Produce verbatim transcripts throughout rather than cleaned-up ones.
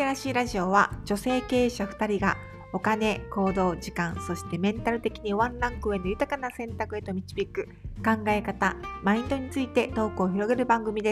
らしいラジオは女性経営者ふたりがお金、行動、時間、そしてメンタル的にワンランク上の豊かな選択へと導く考え方、マインドについてトークを広げる番組です。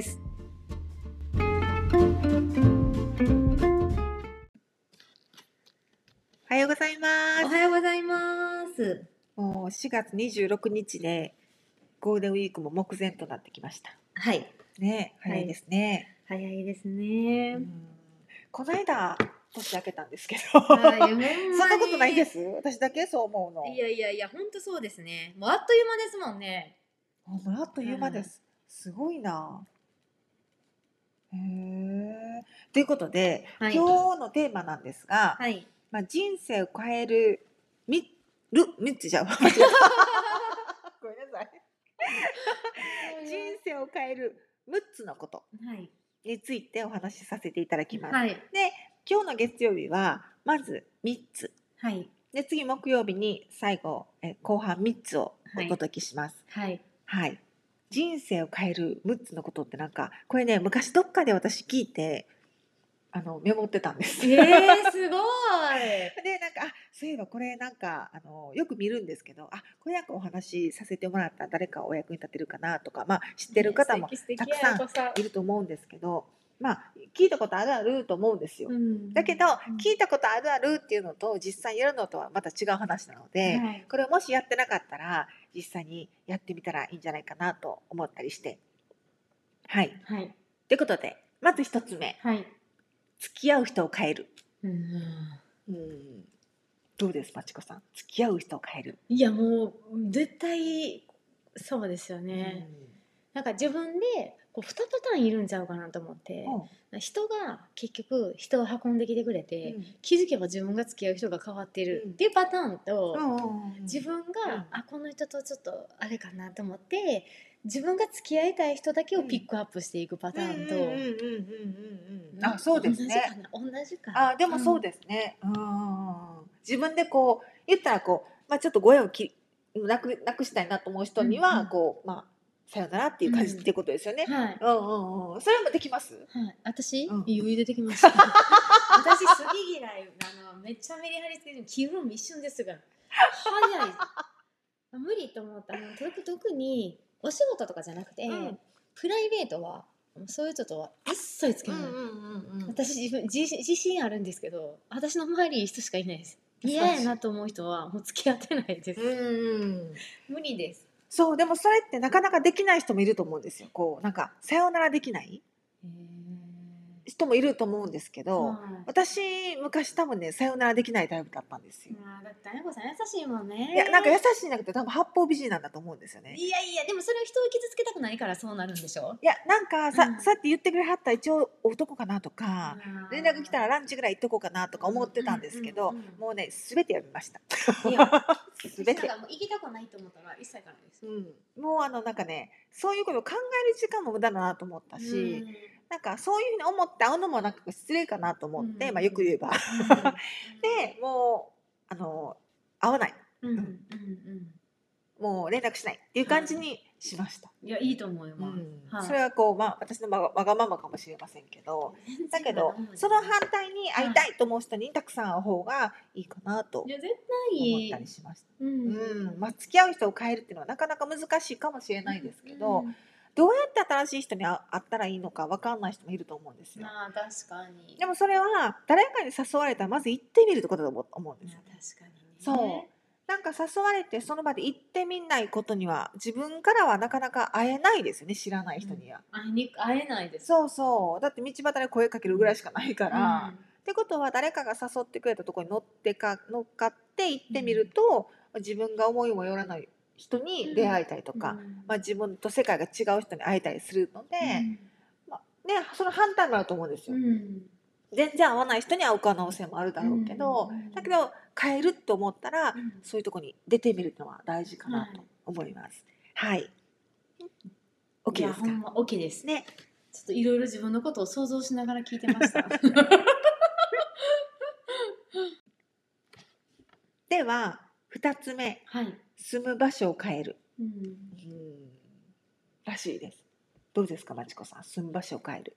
おはようございます。 おはようございます。 もうしがつにじゅうろくにちでゴールデンウィークも目前となってきました。 はい。 ね、早いですね。 早いですね。 うん、この間年明けたんですけど、 はい、 そんなことないです。私だけそう思うの。 いやいやいや、本当そうですね。もうあっという間ですもんね。 もうあっという間です。すごいな。へえ。ということで、 はい、 今日のテーマなんですが、 はい。 まあ、人生を変えるみるみつじゃん。ごめんなさい。人生を変えるむっつのことはいについてお話しさせていただきます。 はい。 で、今日の月曜日はまずみっつ。 はい。 で、次木曜日に最後え後半みっつをお届けします。 はい。 はい。人生を変えるむっつのことってなんかこれね、昔どっかで私聞いてあのメモってたんです。 えー、すごい。 でなんかあそういえばこれなんかあのよく見るんですけど、あこれなんかお話しさせてもらったら誰かお役に立てるかなとか、まあ知ってる方もたくさんいると思うんですけど、まあ聞いたことあるあると思うんですよ。 うん、 だけど、 うん聞いたことあるあるっていうのと実際やるのとはまた違う話なので、 はい、 これをもしやってなかったら実際にやってみたらいいんじゃないかなと思ったりして、はい。 はい。 ということでまず一つ目、 はい。 付き合う人を変える。 うん、 うんどうですまちこさん、付き合う人を変える。 いやもう絶対そうですよね。なんか自分でこうにパターンいるんちゃうかなと思って、 うん人が結局人を運んできてくれて、 うん気づけば自分が付き合う人が変わってるっていうパターンと、 うんうんうん自分が、 うんあこの人とちょっとあれかなと思って自分が付き合いたい人だけをピックアップしていくパターンと、 うんうんうんうんうんうんあそうですね。 同じかな同じかなあでもそうですね。うん自分でこう言ったらこう、まあ、ちょっとご縁をきなくなくしたいなと思う人にはこう、まあさよならっていう感じっていうことですよね。 はいうんうんうんそれもできます。 はい私、 うん余裕でできました私好き嫌いあのめっちゃメリハリつけて気分も一瞬ですが早い無理と思ったの特特にお仕事とかじゃなくて、 うんプライベートはそういう人とは一切つけない、 うんうんうんうん私自分自自信あるんですけど私の周りいい人しかいないです。嫌やなと思う人はもう付き合ってないです。 うん無理です。 そうでもそれってなかなかできない人もいると思うんですよ。こうなんかさよならできないへ人もいると思うんですけーど、 はい私昔多分ねさよならできないタイプだったんですよ。 まあだってあやこさん優しいもんね。 いやなんか優しいんじゃなくて多分八方美人なんだと思うんですよね。 いやいやでもそれを人を傷つけたくないからそうなるんでしょ。 いやなんかさ、 うんさって言ってくれはったら一応男かなとか、 うん連絡来たらランチぐらい行っとこうかなとか思ってたんですけど、 うんうんうんうんもうね全てやめました。 いや全なんてかもう行きたくないと思ったら一切からです。 うん、もうあのなんかねそういうことを考える時間も無駄だなと思ったし、なんかそういうふうに思って会うのもなんか失礼かなと思って、 うんまあよく言えばでもうあの会わない、 うんうんうんうんもう連絡しないっていう感じにしました。 いやいいと思います。 うんはいそれはこう、まあ、私のわがわがままかもしれませんけど、だけどその反対に会いたいと思う人にたくさん会う方がいいかなといや絶思対ったりしました。 うんうんまあ、付き合う人を変えるっていうのはなかなか難しいかもしれないですけど、 うんどうやって新しい人に会会ったらいいのか分かんない人もいると思うんですよ。 まあ確かに。 でもそれは誰かに誘われたらまず行ってみるってことだと思うんですよ。 まあ確かにね。 そうなんか誘われてその場で行ってみないことには自分からはなかなか会えないですよね、知らない人には。 会いに会えないです。 そうそうだって道端で声かけるぐらいしかないから、 うんってことは誰かが誘ってくれたところに乗ってか乗っかって行ってみると、自分が思いもよらない人に出会えたりとか、 うんまあ、自分と世界が違う人に会えたりするので、まあね、その反対もあると思うんですよ。 うん全然会わない人に会う可能性もあるだろうけど、 うんだけど変えると思ったら、 うんそういうところに出てみるのは大事かなと思います。はい、OK いやですかほんま OK ですね。 ちょっといろいろ自分のことを想像しながら聞いてましたではふたつめ、 はい、 住む場所を変える、 うん、 うんらしいです。どうですかまちこさん、住む場所を変える。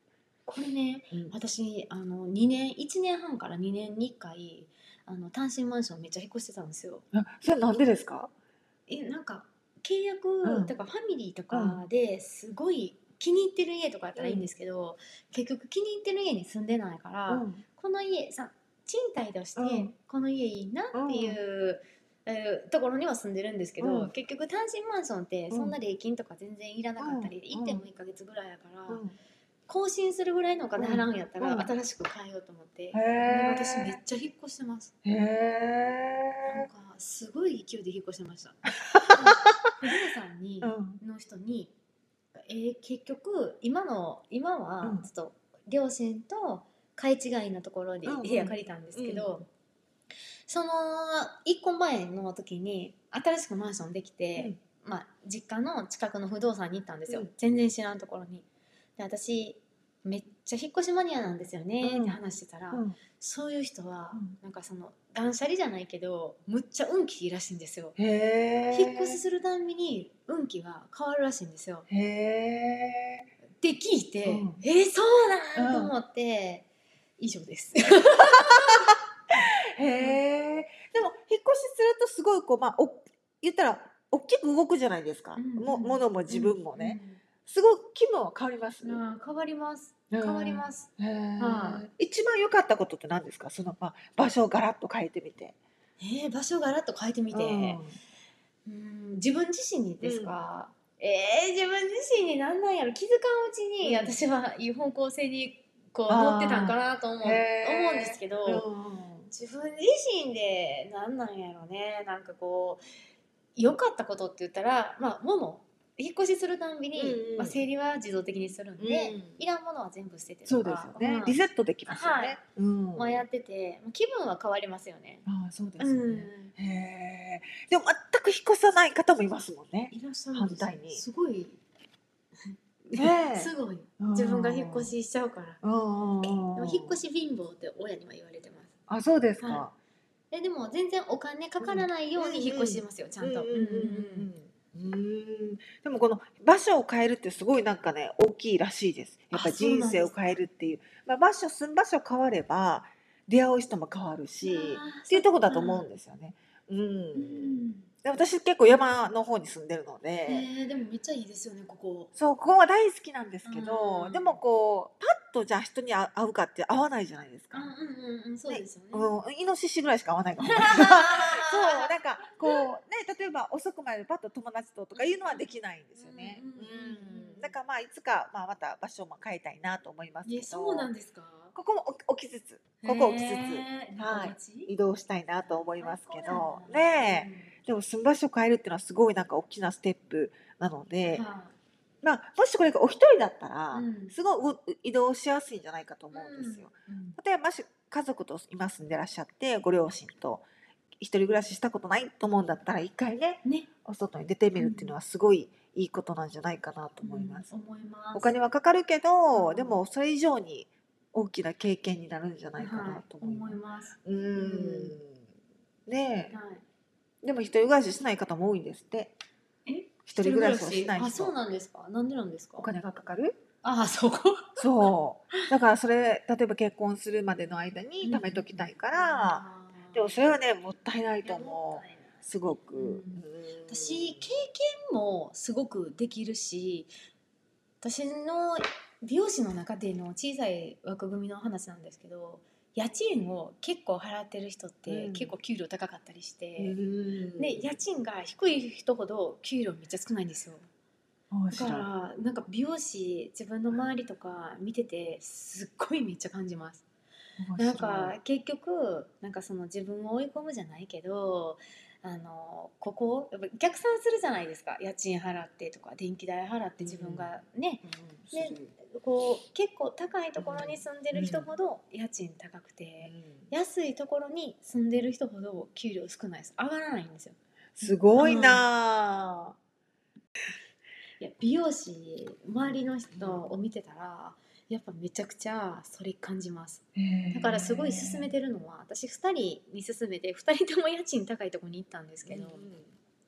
これね、 うん、 私あのにねんいちねんはんからにねんにいっかいあの単身マンションめっちゃ引っ越してたんですよ。 あ、それなんでですか？ えなんか契うん約だからファミリーとうんかですごい気に入ってる家とかやったらいいんうんですけど、結局気に入ってる家に住んでないから、 うんこの家さ賃貸としうんてこの家いいなっていうんう、えーところには住んでるんですけど、 うん結局単身マンションってうんそんな礼金とか全然いらなかったり、 うんいってんもいっかげつぐらいやから、 うん更新するぐらいのお金払うんやったらうん新しく変えようと思ってへで私めっえちゃ引っ越してます。 へなんえかすごい勢いで引っ越してました。で不動産にうんの人に、えー結局今の今うんはちょっと両親と買い違いのところでうん部屋借りたんですけど、 うんそのいっこまえの時に新しくマンションできて、まあ、実家の近くの不動産に行ったんですよ、 うん全然知らんところに。で私めっちゃ引っ越しマニアなんですよねうんって話してたら、 うんそういう人はうんなんかその断捨離じゃないけどむっちゃ運気いいらしいんですよ。 へえ引っ越しするたんびに運気が変わるらしいんですよ。 へえって聞いて、 うんえー、そうなんうんと思って以上です。 へえ。でも引っ越しするとすごいこう、まあ、お言ったら大きく動くじゃないですか。 うんも物も自分もうんね。すごい気分は変わります？ うんあー変わりますう変わりん。 ます。 へはえ。一番良かったことって何ですか？その、まあ、場所をガラッと変えてみて。 い、えー、場所ガラッと変えてみうて、 ん。 うん自分自身にですうん。 か、えー、自分自身になんなんやろ気づかんうちにうん。 私はいい方向性にこう乗ってたんかあなと思あ、へう思うんですえ。うけど、 ん。 自分自身でなんなんやろね、なんかこう良かったことって言ったら、まあ、物引っ越しするたんびに、 うんまあ、整理は自動的にするんうん。うで、 ん。 いらんものは全部捨ててとそうですか、 よね。リまセットできあ、はい、 ますよね。うん。 まあ、やってて気分は変わりますよね。 ああ、そうでうすよね。 ん、 へえ。でも全く引っ越さない方もいますもんね。 いらっしゃるんですよ反対に。 すごいねえ。 すごいうん自分が引っ越ししちゃうから。 うんうんでも引っうん。 越し貧乏って親には言われてます。 あ、そうですはい、 か。 えでも全然お金かからないように引っ越ししますよ、ちゃんと。 うんうんうんうんうんうんうん。うーん。でもこの場所を変えるってすごいなんかね、大きいらしいです。やっぱあ、そうり人なんですか。 生を変えるっていう。まあ場所、住む場所変われば、出会う人も変わるし、 あーっていうところだそっかと思うんですよね。う。 うんんで、私結構山の方に住んでるのえで、 ー、でもめっちゃいいですよねここ。 そう、ここは大好きなんですけうど、 んでもこう、パッとじゃあ人に会会うかって会わないじゃないですか。 あうんうんうんそうね、 ですよね。 うん、イノシシぐらいしか会わないかも。そう、なんかこうね、例えば遅くまでパッと友達ととかいうのはできないんですよね。 うんうんうんうんうん、だからまあいつかまあまた場所も変えたいなと思いますけえそうなど、 んですか。 ここも置きつつ、ここ置きつへーつ、はい、 お家移動したいなと思いますけ最高ど、 やなねえ、でも住む場所を変えるっていうのはすごいなんか大きなステップなのうんで、 はまあもしこれがお一人だったいらうんすごいう移動しやすいんじゃないかと思うんですよ。 うん例えばもし家族と今住んでらっしゃってご両親と一人暮らししたことないと思うんだったら一回ねねお外に出てみるっていうのはすごいいいことなんじゃないかなと思います。 うん思います。 お金はかかるけど、 うんでもそれ以上に大きな経験になるんじゃないかなと思いはいます。 思います。 うーん。ねはい。 え。でも一人暮らししない方も多いんですって。 え一人暮らしをしない人。 あそうなんですか。なんでなんですか。 お金がかかる？ あそこ。 そう。だからそれ例えば結婚するまでの間に貯めときたいから、 あーでもそれはねもったいないといやも思う。 ったいないすごく。 うんうん私経験もすごくできるし、私の美容師の中での小さい枠組みの話なんですけど、家賃を結構払ってる人ってうん結構給料高かったりしうて、 ん。 で家賃が低い人ほど給料めっちゃ少ないんですよ。だか面白い。 らなんか美容師自分の周りとか見ててすっごいめっちゃ感じます。なん面白い。 か結局なんかその自分を追い込むじゃないけど、あのここやっぱ逆算するじゃないですか。家賃払ってとか電気代払って自分がね、 うんねするこう結構高いところに住んでる人ほど家賃高くて、安いところに住んでる人ほど給料少ないです。上がらないんですよ。 すごいなぁ。 いや美容師周りの人を見てたらやっぱめちゃくちゃそれ感じます。だからすごい勧めてるのは私ふたりに勧めてふたりとも家賃高いところに行ったんですけど、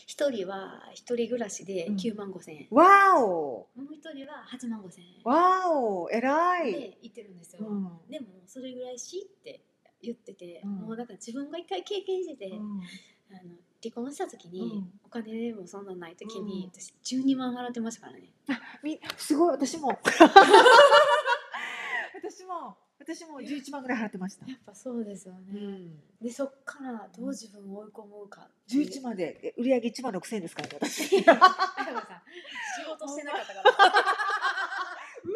一人は一人暮らしでうんきゅうまんごせんえん、 わお。 もう一人ははちまんごせんえんわお、偉い。 で行ってるんですよ、 うんでもそれぐらいしって言ってて、 うんもうだから自分が一回経験してて、 うんあの離婚した時に、 うんお金もそんなない時に、 うん私じゅうにまん払ってましたからね。 みすごい、私も私も私もじゅういちまんぐらい払ってました。 やっぱそうですよね、 うんでそっからどう自分を追い込むかじゅういちまんでえ売り上げいちまんろくせんえんですからね、私。 いやあやまさん仕事してなかったから嘘。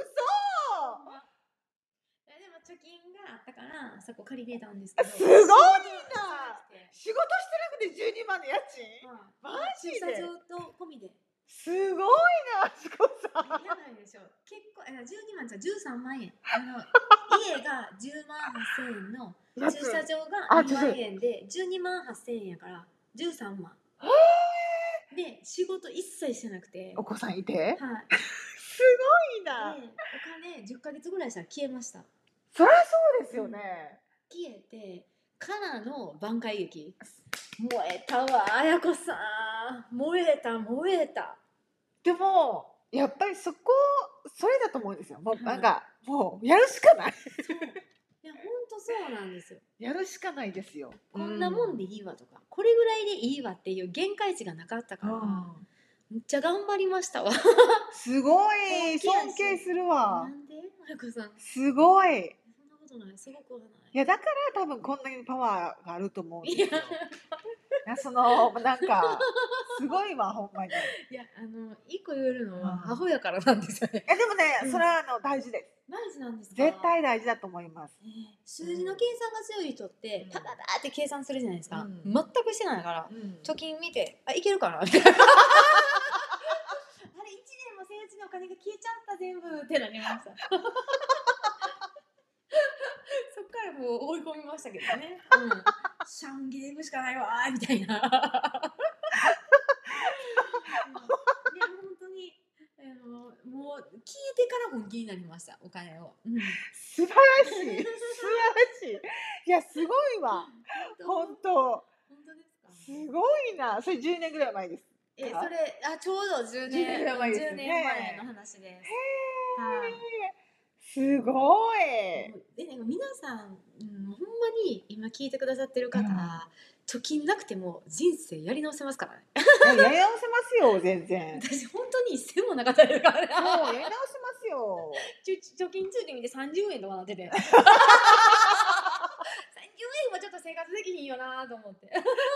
いやでも貯金があったからそこ借りれたんですけど、 すごいな。 仕事して仕事してなくてじゅうにまんの家賃。 はいマジで駐車場と込みで。 すごいな、しこさん。 やばいでしょ。結構えじゅうにまんじゃじゅうさんまんえん。あの家がじゅうまんはっせんえんのやつ駐車場があにまんえんでじゅうにまんはっせんえんやからじゅうさんまん。で仕事一切してなくて。 お子さんいて。 はい。 すごいな。 でお金じゅっかげつぐらいしたら消えました。 そりゃそうですよね。 消えてからの挽回劇。燃えたわ、あやこさん。燃えた燃えた。 でもやっぱりそこそれだと思うんですよ。もうはいなんか、もうやるしかない。 そう。いや本当そうなんですよ。 やるしかないですよ。 こんなもんでいいわとか、これぐらいでいいわっていう限界値がなかったから、 うんめっちゃ頑張りましたわ。 すごい本気やし尊敬するなわ。 んであやこさん。 すごい。 そんなことない。すごくはない。 いやだから多分こんなにパワーがあると思うんですいやよ。いやそのなんかすごいわほんまに。いいやあの一個言えるのはうん母親からなんですよね。 やでもね、 うんそれはあの大事です。 大事なんですか。 絶対大事だと思います。 えー数字の計算が強い人ってうんパパパって計算するじゃないですか。 うん全くしてないから。 うん貯金見て、あ、いけるかなみたいな。あれ、いちねんもせんうちのお金が消えちゃった全部ってなりました。そっからもう追い込みましたけどね。うん。シャンゲームしかないわーみたいな。いや、本当に、あの、もう消えてから本気になりました、お金を。うん。 素晴らしい素晴らしい。いやすごいわ本当。 本当ですか。 すごいな。それじゅうねんぐらい前です。 え、それ、あ、ちょうどじゅうねん、 じゅうねんぐらい前ですよねじゅうねんまえの話です。はい。 すごい。 でね、皆さん、うん、ほんまに今聞いてくださってる方、 うん貯金なくても人生やり直せますからね。 いややり直せますよ全然。 私本当に一銭もなかったですからね。 そうやり直せますよ。 ちょ貯金通で見てさんじゅうえんとかなっててさんじゅうえんはちょっと生活できひんよなと思って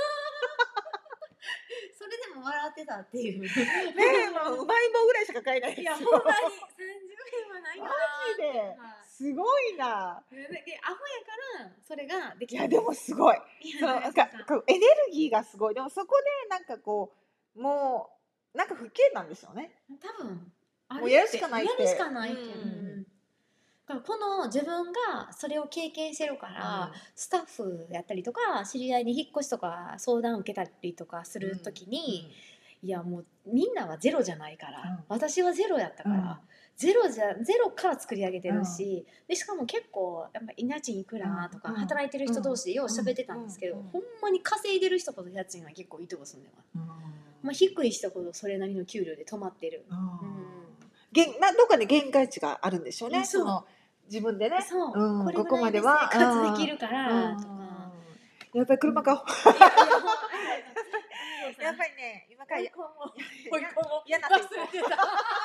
それでも笑ってたっていう。 ねえ、まあ、うまい棒ぐらいしか買えないですいよ。 やほんまにさんじゅうえんはないよなマジではいすごいな。 ででアホやからそれができたいやでもすごい。 いやそのなんかこうエネルギーがすごい。でもそこでなんかこうもうなんか不敬なんでしょうね。 多分あもうやるしかないってやるしかないって、 うんうんだからこの自分がそれを経験してるから、スタッフやったりとか知り合いに引っ越しとか相談を受けたりとかするときに、いやもうみんなはゼロじゃないから、 うん私はゼロやったから、 うんゼロじゃゼロから作り上げてるし、でしかも結構やっぱ家賃いくらとか、 うん働いてる人同士でよう喋ってたんですけど、 うんほんまに稼いでる人ほど家賃が結構いいとこ住んでます。 うんまあ、低い人ほどそれなりの給料で止まってる。 うんうん限まあどっかで限界値があるんでしょうね。 そうその自分でね。 そう、 うんこれここぐらいでまでは生活できるからとか。 うんやっぱり車買おう。 いやいやもうやっぱりね今から追い込もう追い込もう嫌な忘せいれてた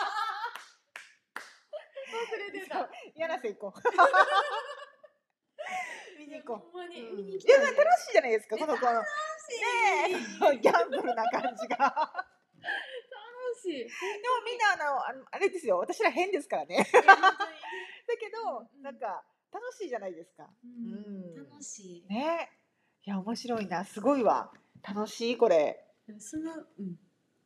忘れてた嫌なせい行こう。見に行こう。 ほんまにうん見に行きいやたい楽しいじゃないですか。このこの楽しいギャンブルな感じが。 楽しい。 でもみんなあのあのあれですよ。私ら変ですからね。 いや本当にだけどうんなんか楽しいじゃないですか。 うんうん楽しい。 ね。いや面白いな。すごいわ。楽しいこれ。 でもそのうん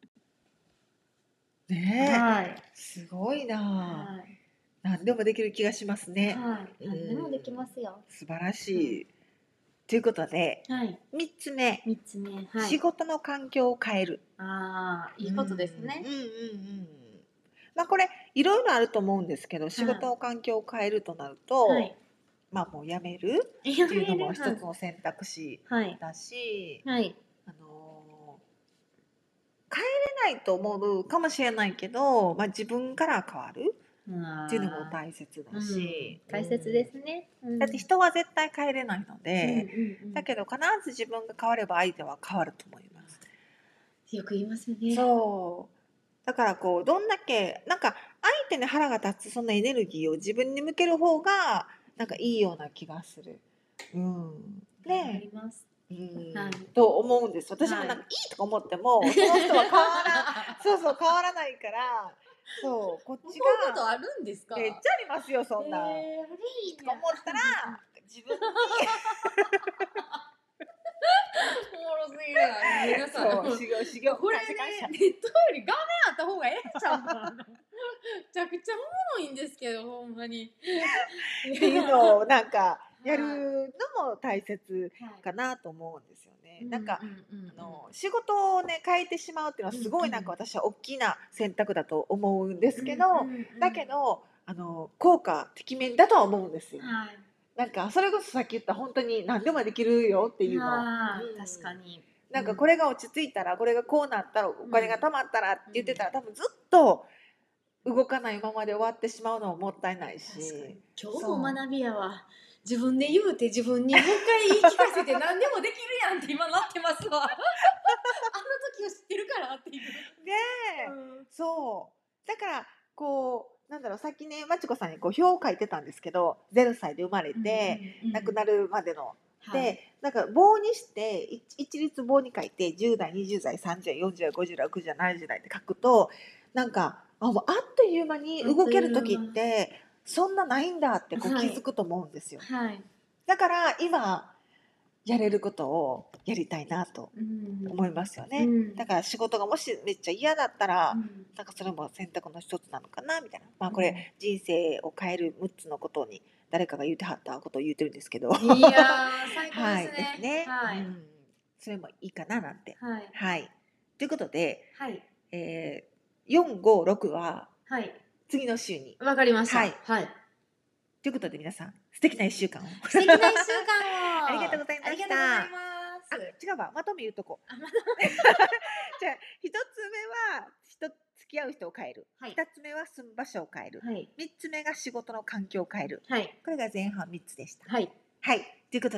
ね。 はいすごいな。 はい何でもできる気がしますね。 はいうん何でもできますよ。 素晴らしい。ということではいみっつめ、 三つ目はい。 仕事の環境を変える。 ああいいことですねうん。うんうんうん。まあこれいろいろあると思うんですけど、仕事の環境を変えるとなると、 はい。 まあもう辞めるっっていうのも一つの選択肢はいだし、 はいあのないと思うかもしれないけど、まあ、自分から変わるっていうのも大切だし、 うん、大切ですね、うん、 だって人は絶対変えれないので、 うんうんうん、 だけど必ず自分が変われば相手は変わると思います。 よく言いますよね。 そうだからこうどんだけなんか相手に腹が立つそのエネルギーを自分に向ける方がなんかいいような気がする。うん、 ね、あります。 うん、 はい、 と思うんです。私もなんかいいとか思っても、はい、その人は変わらそうそう変わらないからそうこっちが思うことあるんですか？ めっちゃありますよそんな、 えー、 いいとか思ったら自分におもろすぎるな皆さん。 そう修行修行これねネットより画面あった方がええんちゃうかな。めちゃくちゃおもろいんですけどほんまに。 っていうのをなんかやるのも大切かなと思うんですよね。はい、なんか、うんうんうん、あの仕事をね変えてしまうっていうのはすごいなんか私は大きな選択だと思うんですけど、うんうんうん、だけどあの効果てきめんだとは思うんですよ。はい、なんかそれこそさっき言った本当に何でもできるよっていうの、うん、 確かになんかこれが落ち着いたらこれがこうなったらお金が貯まったらって言ってたら多分ずっと動かないままで終わってしまうのももったいないし、 今日も学びやわ。自分で言うて自分にもう一回言い聞かせて何でもできるやんって今なってますわ。あの時を知ってるからっていう。 ねえ、うん、そうだからこうなんだろうさっきねまちこさんにこう表を書いてたんですけどゼロさいで生まれて、うんうんうん、亡くなるまでの。で、はい、なんか棒にして一律棒に書いてじゅう代にじゅう代さんじゅう代よんじゅう代ごじゅう代ろくじゅう代ななじゅう代って書くとなんかあもうあっという間に動ける時ってそんなないんだってこう気づくと思うんですよ、はいはい、だから今やれることをやりたいなと思いますよね、うん、だから仕事がもしめっちゃ嫌だったら、うん、なんかそれも選択の一つなのかなみたいな、まあこれ人生を変えるむっつのことに誰かが言ってはったことを言ってるんですけどいや最高ですね、はいですね、 はい、うん、それもいいかななんて、はいはい、ということで、はいえー、よんごろくは次の週にわかりました、はいはい、ということで皆さん素敵ないっしゅうかんを素敵ないっしゅうかんをありがとうございました。ありがとうございます。あ、違うわ、まとめ言うとこ。あ、まとめじゃあ一つ目は人付き合う人を変える。二、はい、つ目は住む場所を変える。はい、三つ目が仕事の環境を変える。はい、これが前半三つでした。はい、はい、ということ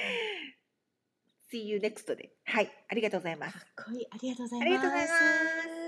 で。See you next で。はい、ありがとうございます。 かっこいい、ありがとうございます。 ありがとうございます。